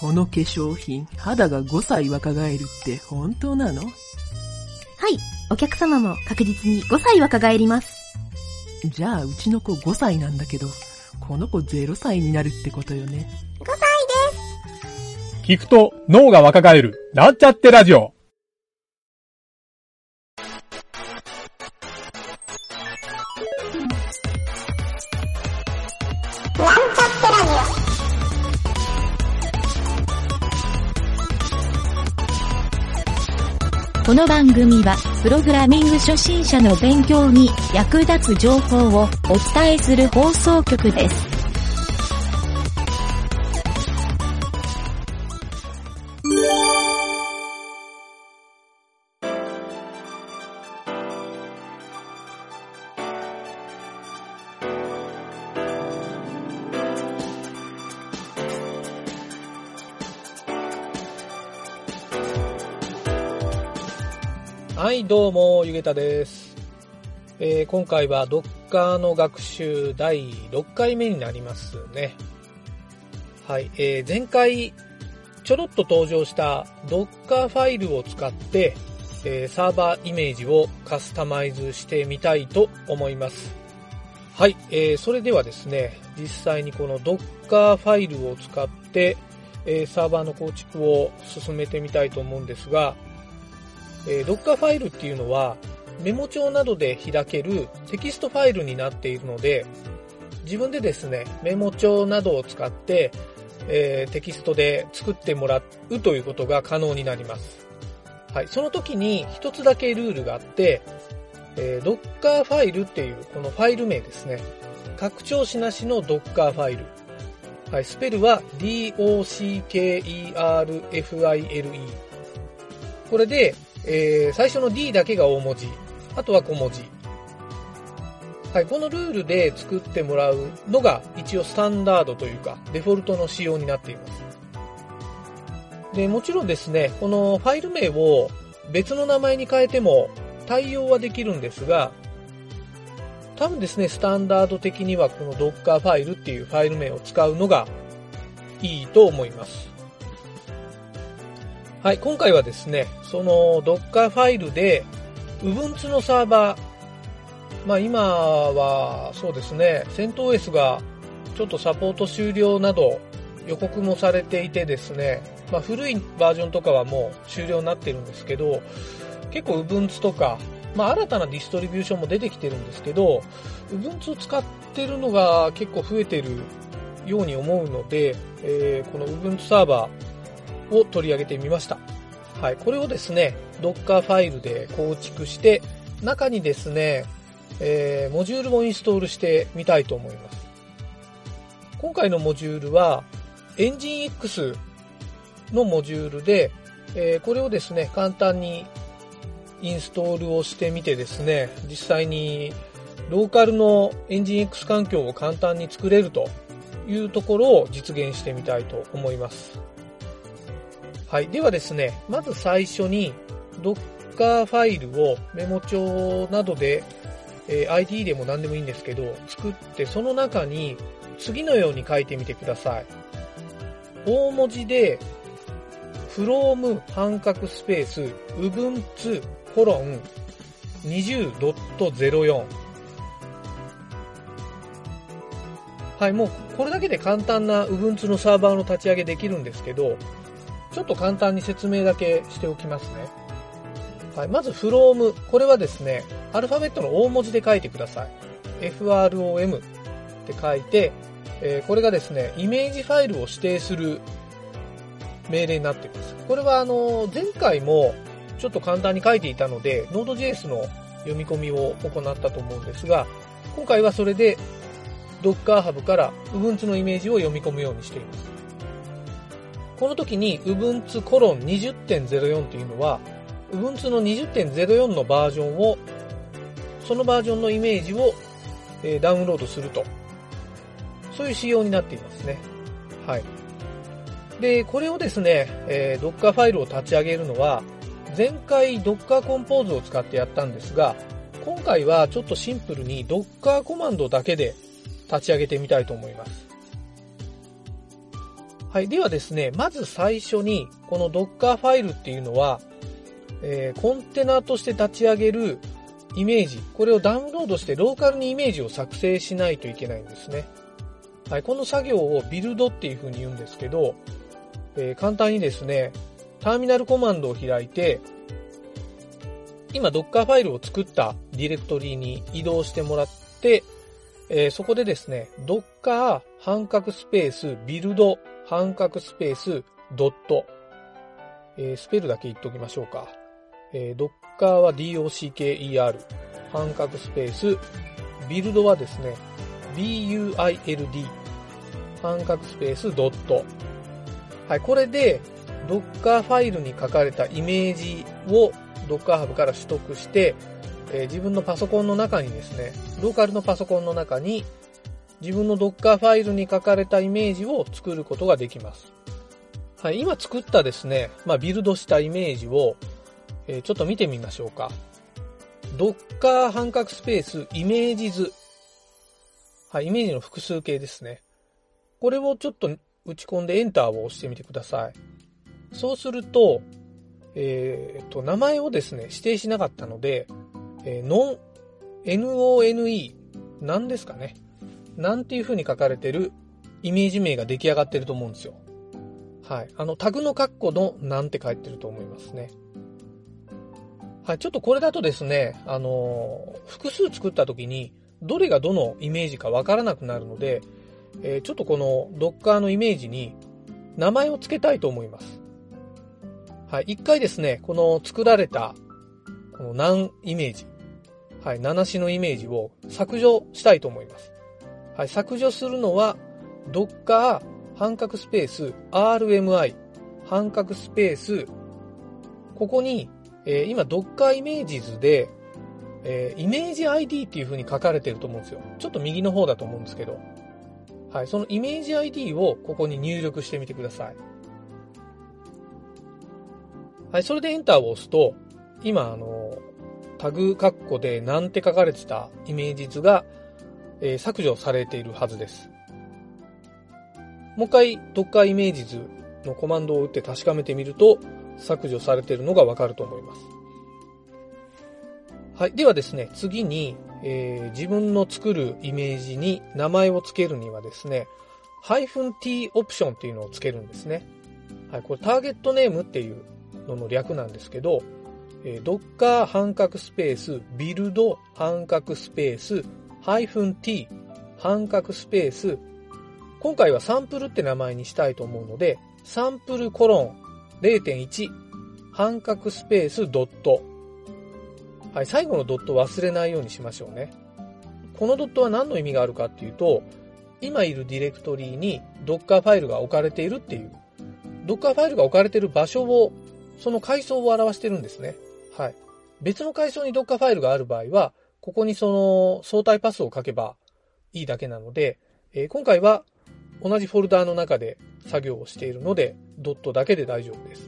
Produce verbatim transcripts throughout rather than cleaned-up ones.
この化粧品、肌がごさい若返るって本当なの？ はい、お客様も確実にごさい若返ります。 じゃあうちの子ごさいなんだけど、この子ゼロさいになるってことよね。 ごさいです。 聞くと脳が若返る、なんちゃってラジオ。 この番組はプログラミング初心者の勉強に役立つ情報をお伝えする放送局です。 はい、どうも、ゆげたです。えー、今回は Docker の学習だいろっかいめになりますね。はい、えー、前回ちょろっと登場した Docker ファイルを使って、えー、サーバーイメージをカスタマイズしてみたいと思います。はい、えー、それではですね、実際にこの Docker ファイルを使って、えー、サーバーの構築を進めてみたいと思うんですが、えー、Docker ファイルっていうのはメモ帳などで開けるテキストファイルになっているので、自分でですね、メモ帳などを使って、えー、テキストで作ってもらうということが可能になります。はい、その時に一つだけルールがあって、えー、Docker ファイルっていうこのファイル名ですね、拡張子なしの Docker ファイル。はい、スペルは ディーオーシーケーイーアールエフアイエルイー。これでえー、最初の D だけが大文字、あとは小文字。はい、このルールで作ってもらうのが一応スタンダードというかデフォルトの仕様になっています。で、もちろんですね、このファイル名を別の名前に変えても対応はできるんですが、多分ですね、スタンダード的にはこの Docker ファイルっていうファイル名を使うのがいいと思います。はい、今回はですね、その Docker ファイルで Ubuntu のサーバー、まあ今はそうですね、セントオーエス がちょっとサポート終了など予告もされていてですね、まあ古いバージョンとかはもう終了になってるんですけど、結構 Ubuntu とか、まあ新たなディストリビューションも出てきてるんですけど、Ubuntu を使ってるのが結構増えてるように思うので、えー、この Ubuntu サーバーを取り上げてみました。はい、これをですね、Docker ファイルで構築して、中にですね、えー、モジュールもインストールしてみたいと思います。今回のモジュールは、エンジンエックス のモジュールで、えー、これをですね、簡単にインストールをしてみてですね、実際にローカルのエンジンエックス環境を簡単に作れるというところを実現してみたいと思います。はい。ではですね、まず最初に Docker ファイルをメモ帳などで、えー、アイディー でも何でもいいんですけど、作って、その中に次のように書いてみてください。大文字で from 半角スペース ubuntu コロン にじゅうドットゼロよん。はい、もうこれだけで簡単な Ubuntu のサーバーの立ち上げできるんですけど、ちょっと簡単に説明だけしておきますね。はい、まず from、これはですね、アルファベットの大文字で書いてください。フロム って書いて、えー、これがですね、イメージファイルを指定する命令になっています。これはあの前回もちょっと簡単に書いていたので、ノードジェイエス の読み込みを行ったと思うんですが、今回はそれで Docker Hub から Ubuntu のイメージを読み込むようにしています。この時に Ubuntu コロン にじゅうてんゼロよん というのは Ubuntu の にじゅうてんゼロよん のバージョンを、そのバージョンのイメージを、えー、ダウンロードすると、そういう仕様になっていますね。はい。で、これをですね、えー、Docker ファイルを立ち上げるのは、前回 Docker Compose を使ってやったんですが、今回はちょっとシンプルに Docker コマンドだけで立ち上げてみたいと思います。 はい。ではですね、まず最初に、この Docker ファイルっていうのは、えー、コンテナとして立ち上げるイメージ、これをダウンロードしてローカルにイメージを作成しないといけないんですね。はい。この作業をビルドっていう風に言うんですけど、えー、簡単にですね、ターミナルコマンドを開いて、今 Docker ファイルを作ったディレクトリに移動してもらって、えー、そこでですね、Docker 半角スペースビルド半角スペースドット、えー、スペルだけ言っておきましょうか。えー、Docker は ディーオーシーケーイーアール 半角スペースビルドはですね ビーユーアイエルディー 半角スペースドット。はい、これで Docker ファイルに書かれたイメージを Docker Hub から取得して、えー、自分のパソコンの中にですね、ローカルのパソコンの中に自分の Docker ファイルに書かれたイメージを作ることができます。はい、今作ったですね、まあ、ビルドしたイメージを、えー、ちょっと見てみましょうか。Docker 半角スペースイメージ図。はい、イメージの複数形ですね。これをちょっと打ち込んでエンターを押してみてください。そうすると、えー、と、名前をですね、指定しなかったので、えー、non、エヌオーエヌイー、なんですかね。なんていう風に書かれてるイメージ名が出来上がってると思うんですよ。はい。あの、タグのカッコのなんて書いてると思いますね。はい。ちょっとこれだとですね、あのー、複数作った時に、どれがどのイメージかわからなくなるので、えー、ちょっとこの Docker のイメージに名前を付けたいと思います。はい。一回ですね、この作られた、この何イメージ、はい。なな種のイメージを削除したいと思います。はい。削除するのは、Docker 半角スペース アールエムアイ 半角スペース、ここに、えー、今 Docker イメージ図で、えー、イメージ アイディー っていう風に書かれてると思うんですよ。ちょっと右の方だと思うんですけど。はい。そのイメージ アイディー をここに入力してみてください。はい。それでエンターを押すと、今、あの、タグ括弧でなんて書かれてたイメージ図が、えー、削除されているはずです。もう一回 Docker イメージ図のコマンドを打って確かめてみると、削除されているのがわかると思います。はい。ではですね、次に、えー、自分の作るイメージに名前を付けるにはですね、ハイフン -t オプションっていうのを付けるんですね。はい。これターゲットネームっていうのの略なんですけど、えー、Docker 半角スペースビルド半角スペースハイフン -t 半角スペース、今回はサンプルって名前にしたいと思うので、サンプルコロン ゼロてんいち 半角スペースドット。はい、最後のドット忘れないようにしましょうね。このドットは何の意味があるかっていうと、今いるディレクトリに Docker ファイルが置かれているっていう、Docker ファイルが置かれている場所を、その階層を表してるんですね。はい。別の階層に Docker ファイルがある場合は、ここにその相対パスを書けばいいだけなので、えー、今回は同じフォルダーの中で作業をしているので、ドットだけで大丈夫です。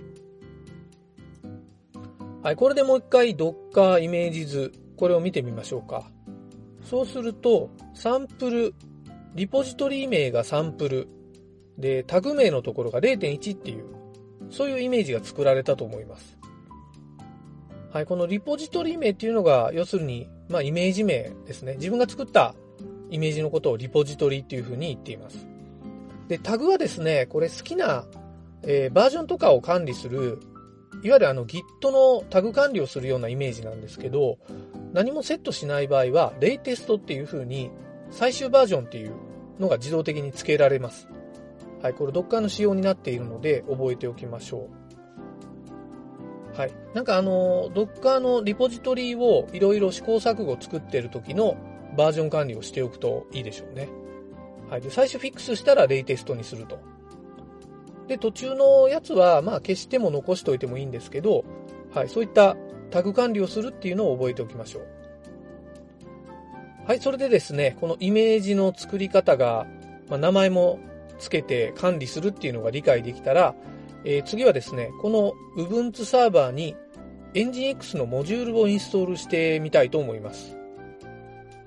はい、これでもう一回 Docker イメージ図、これを見てみましょうか。そうすると、サンプル、リポジトリ名がサンプル、で、タグ名のところが ゼロてんいち っていう、そういうイメージが作られたと思います。はい、このリポジトリ名っていうのが、要するに、まあ、イメージ名ですね。自分が作ったイメージのことをリポジトリっていうふうに言っています。で、タグはですね、これ好きな、えー、バージョンとかを管理する、いわゆるあの Git のタグ管理をするようなイメージなんですけど、何もセットしない場合は、レイテストっていうふうに、最終バージョンっていうのが自動的に付けられます。はい、これ Docker の仕様になっているので、覚えておきましょう。はい。なんかあの、Docker のリポジトリをいろいろ試行錯誤作っている時のバージョン管理をしておくといいでしょうね。はい。で、最初フィックスしたらレイテストにすると。で、途中のやつは、まあ消しても残しておいてもいいんですけど、はい。そういったタグ管理をするっていうのを覚えておきましょう。はい。それでですね、このイメージの作り方が、まあ、名前もつけて管理するっていうのが理解できたら、えー、次はですね、この Ubuntu サーバーに Nginx のモジュールをインストールしてみたいと思います。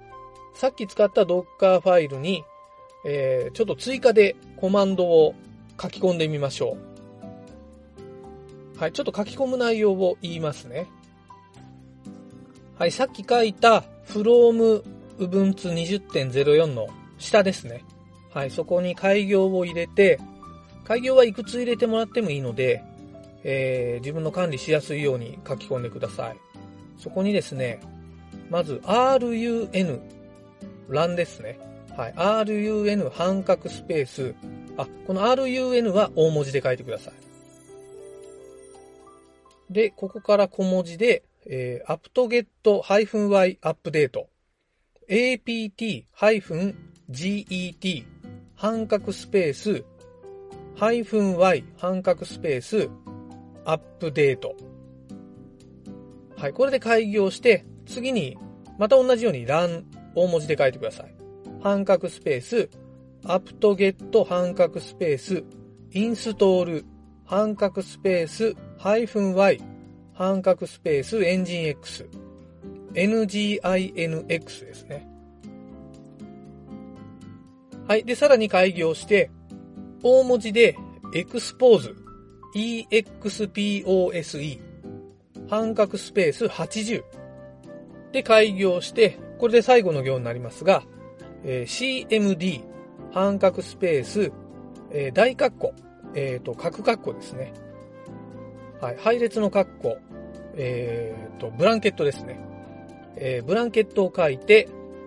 さっき使った Docker ファイルに、えー、ちょっと追加でコマンドを書き込んでみましょう。はい、ちょっと書き込む内容を言いますね。はい、さっき書いた from Ubuntu にじゅってんゼロよん の下ですね。はい、そこに開業を入れて、開業はいくつ入れてもらってもいいので、えー、自分の管理しやすいように書き込んでください。そこにですね、まず run、run ですね。はい、run 半角スペース、あ、この run は大文字で書いてください。で、ここから小文字で、えー、apt-get-y アップデート、apt-get 半角スペース、-y 半角スペース、アップデート。はい、これで開業して、次に、また同じように run 大文字で書いてください。半角スペース、apt-get 半角スペース、install 半角スペース、-y 半角スペース、nginx、nginx ですね。はい。で、さらに開業して、大文字で expose、expose、半角スペースはちじゅうで開業して、これで最後の行になりますが、えー、cmd、半角スペース、えー、大括弧、えっと、角括弧ですね。はい。配列の括弧、えっと、ブランケットですね。えー、ブランケットを書いて、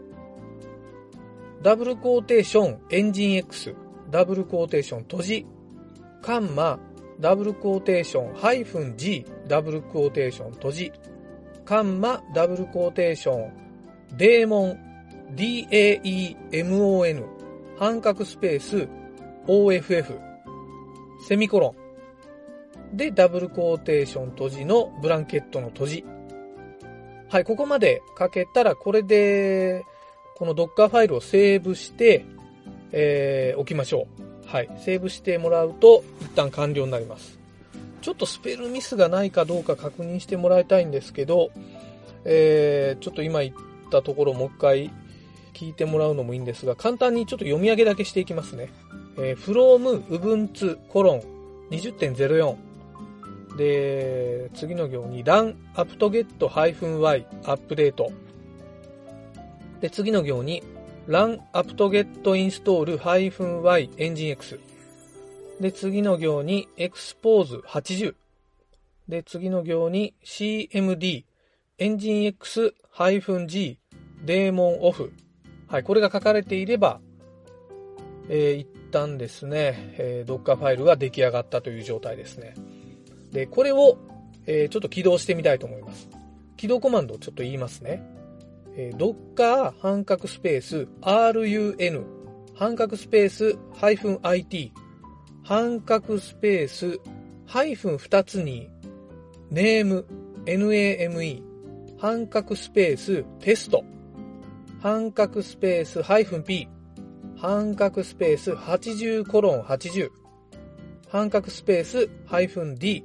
ダブルコーテーション、エンジン X、ダブルコーテーション、閉じ、カンマ、ダブルコーテーション、ハイフン G、ダブルコーテーション、閉じ、カンマ、ダブルコーテーション、デーモン、ディーエーイーエムオーエヌ、半角スペース、オーエフエフ、セミコロン。で、ダブルコーテーション、閉じのブランケットの閉じ。はい、ここまで書けたら、これで、この Docker ファイルをセーブして、えー、置きましょう。はい。セーブしてもらうと、一旦完了になります。ちょっとスペルミスがないかどうか確認してもらいたいんですけど、えー、ちょっと今言ったところもう一回聞いてもらうのもいいんですが、簡単にちょっと読み上げだけしていきますね。えー、from Ubuntu コロン にじゅってんゼロよん で、次の行に run apt-get-y アップデートで、次の行に run apt-get-install-y nginx で、次の行に expose はちじゅうで、次の行に cmd nginx-g daemon off はい、これが書かれていれば、えー、一旦ですね、えー、Docker ファイルが出来上がったという状態ですね。で、これを、えー、ちょっと起動してみたいと思います。起動コマンドをちょっと言いますね。えー、docker 半角スペース run 半角スペース -it 半角スペースハイフン二つに name name 半角スペーステスト半角スペースハイフン p 半角スペースはちじゅうコロンはちじゅう半角スペースハイフン d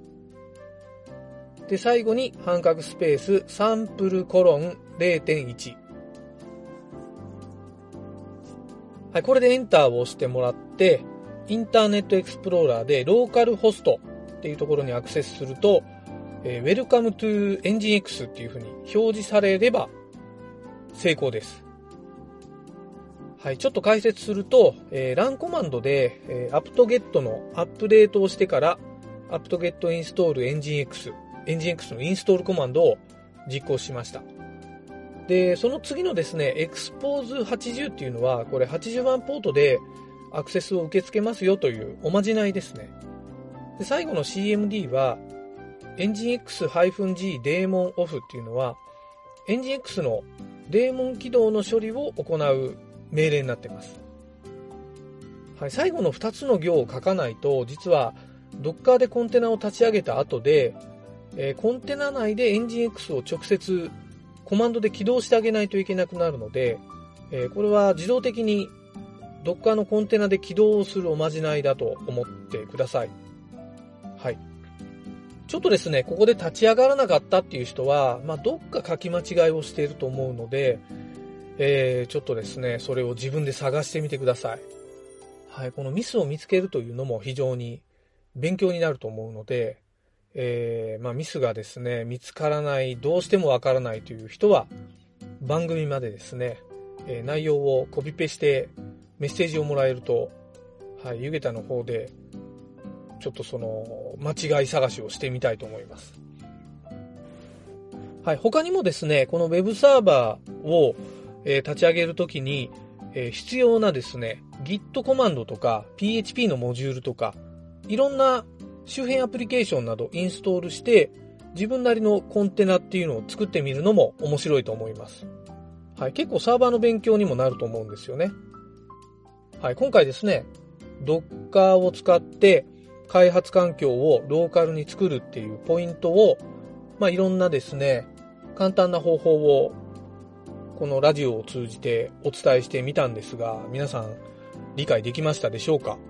で、最後に半角スペースサンプルコロン ゼロてんいち。はい、これでエンターを押してもらって、インターネットエクスプローラーでローカルホストっていうところにアクセスすると、えー、Welcome to nginx っていう風に表示されれば成功です。はい、ちょっと解説すると、えー、ランコマンドで、えー、apt-get のアップデートをしてから apt-get install nginx nginx のインストールコマンドを実行しました。で、その次のですね、expose はちじゅうっていうのは、これはちじゅうばんポートでアクセスを受け付けますよというおまじないですね。で、最後の シーエムディー は、nginx-g daemon off っていうのは、nginx のデーモン起動の処理を行う命令になっています。はい、最後のふたつの行を書かないと、実は Docker でコンテナを立ち上げた後で、えー、コンテナ内で nginx を直接コマンドで起動してあげないといけなくなるので、えー、これは自動的に Docker のコンテナで起動するおまじないだと思ってください。はい。ちょっとですね、ここで立ち上がらなかったっていう人は、まあ、どっか書き間違いをしていると思うので、えー、ちょっとですね、それを自分で探してみてください。 はい、このミスを見つけるというのも非常に勉強になると思うので、えーまあ、ミスがですね、見つからない、どうしてもわからないという人は、番組までですね、えー、内容をコピペしてメッセージをもらえると、はい、ゆげたの方で、ちょっとその、間違い探しをしてみたいと思います。はい、他にもですね、このウェブサーバーを、えー、立ち上げるときに、えー、必要なですね、Git コマンドとか ピーエイチピー のモジュールとか、いろんな周辺アプリケーションなどインストールして、自分なりのコンテナっていうのを作ってみるのも面白いと思います。はい、結構サーバーの勉強にもなると思うんですよね。はい、今回ですね、Docker を使って開発環境をローカルに作るっていうポイントを、まあ、いろんなですね、簡単な方法をこのラジオを通じてお伝えしてみたんですが、皆さん理解できましたでしょうか？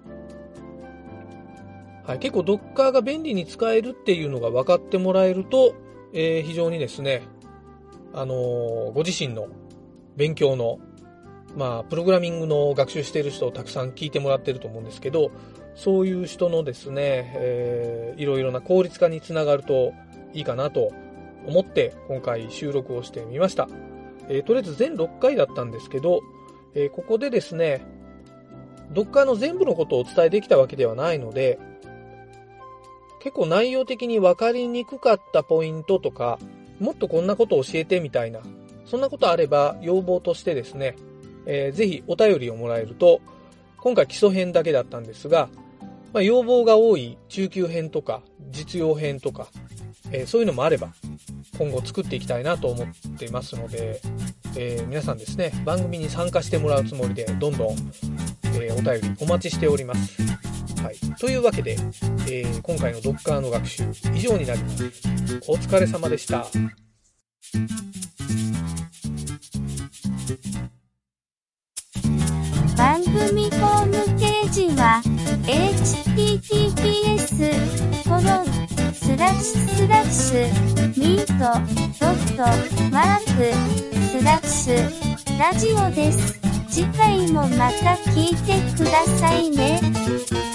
はい、結構 Docker が便利に使えるっていうのが分かってもらえると、えー、非常にですね、あのー、ご自身の勉強の、まあ、プログラミングの学習している人をたくさん聞いてもらってると思うんですけど、そういう人のですね、えー、いろいろな効率化につながるといいかなと思って今回収録をしてみました。えー、とりあえず全ろっかいだったんですけど、えー、ここでですね、Docker の全部のことをお伝えできたわけではないので、結構内容的に分かりにくかったポイントとか、もっとこんなことを教えてみたいな、そんなことあれば要望としてですね、えー、ぜひお便りをもらえると、今回基礎編だけだったんですが、まあ、要望が多い中級編とか実用編とか、えー、そういうのもあれば今後作っていきたいなと思っていますので、えー、皆さんですね、番組に参加してもらうつもりでどんどん、えー、お便りお待ちしております。はい、というわけで、えー、今回の Docker の学習以上になります。お疲れ様でした。 番組ホームページは エイチティーティーピーエス コロンスラッシュスラッシュミートドットマークスラッシュラジオです。次回もまた聞いてくださいね。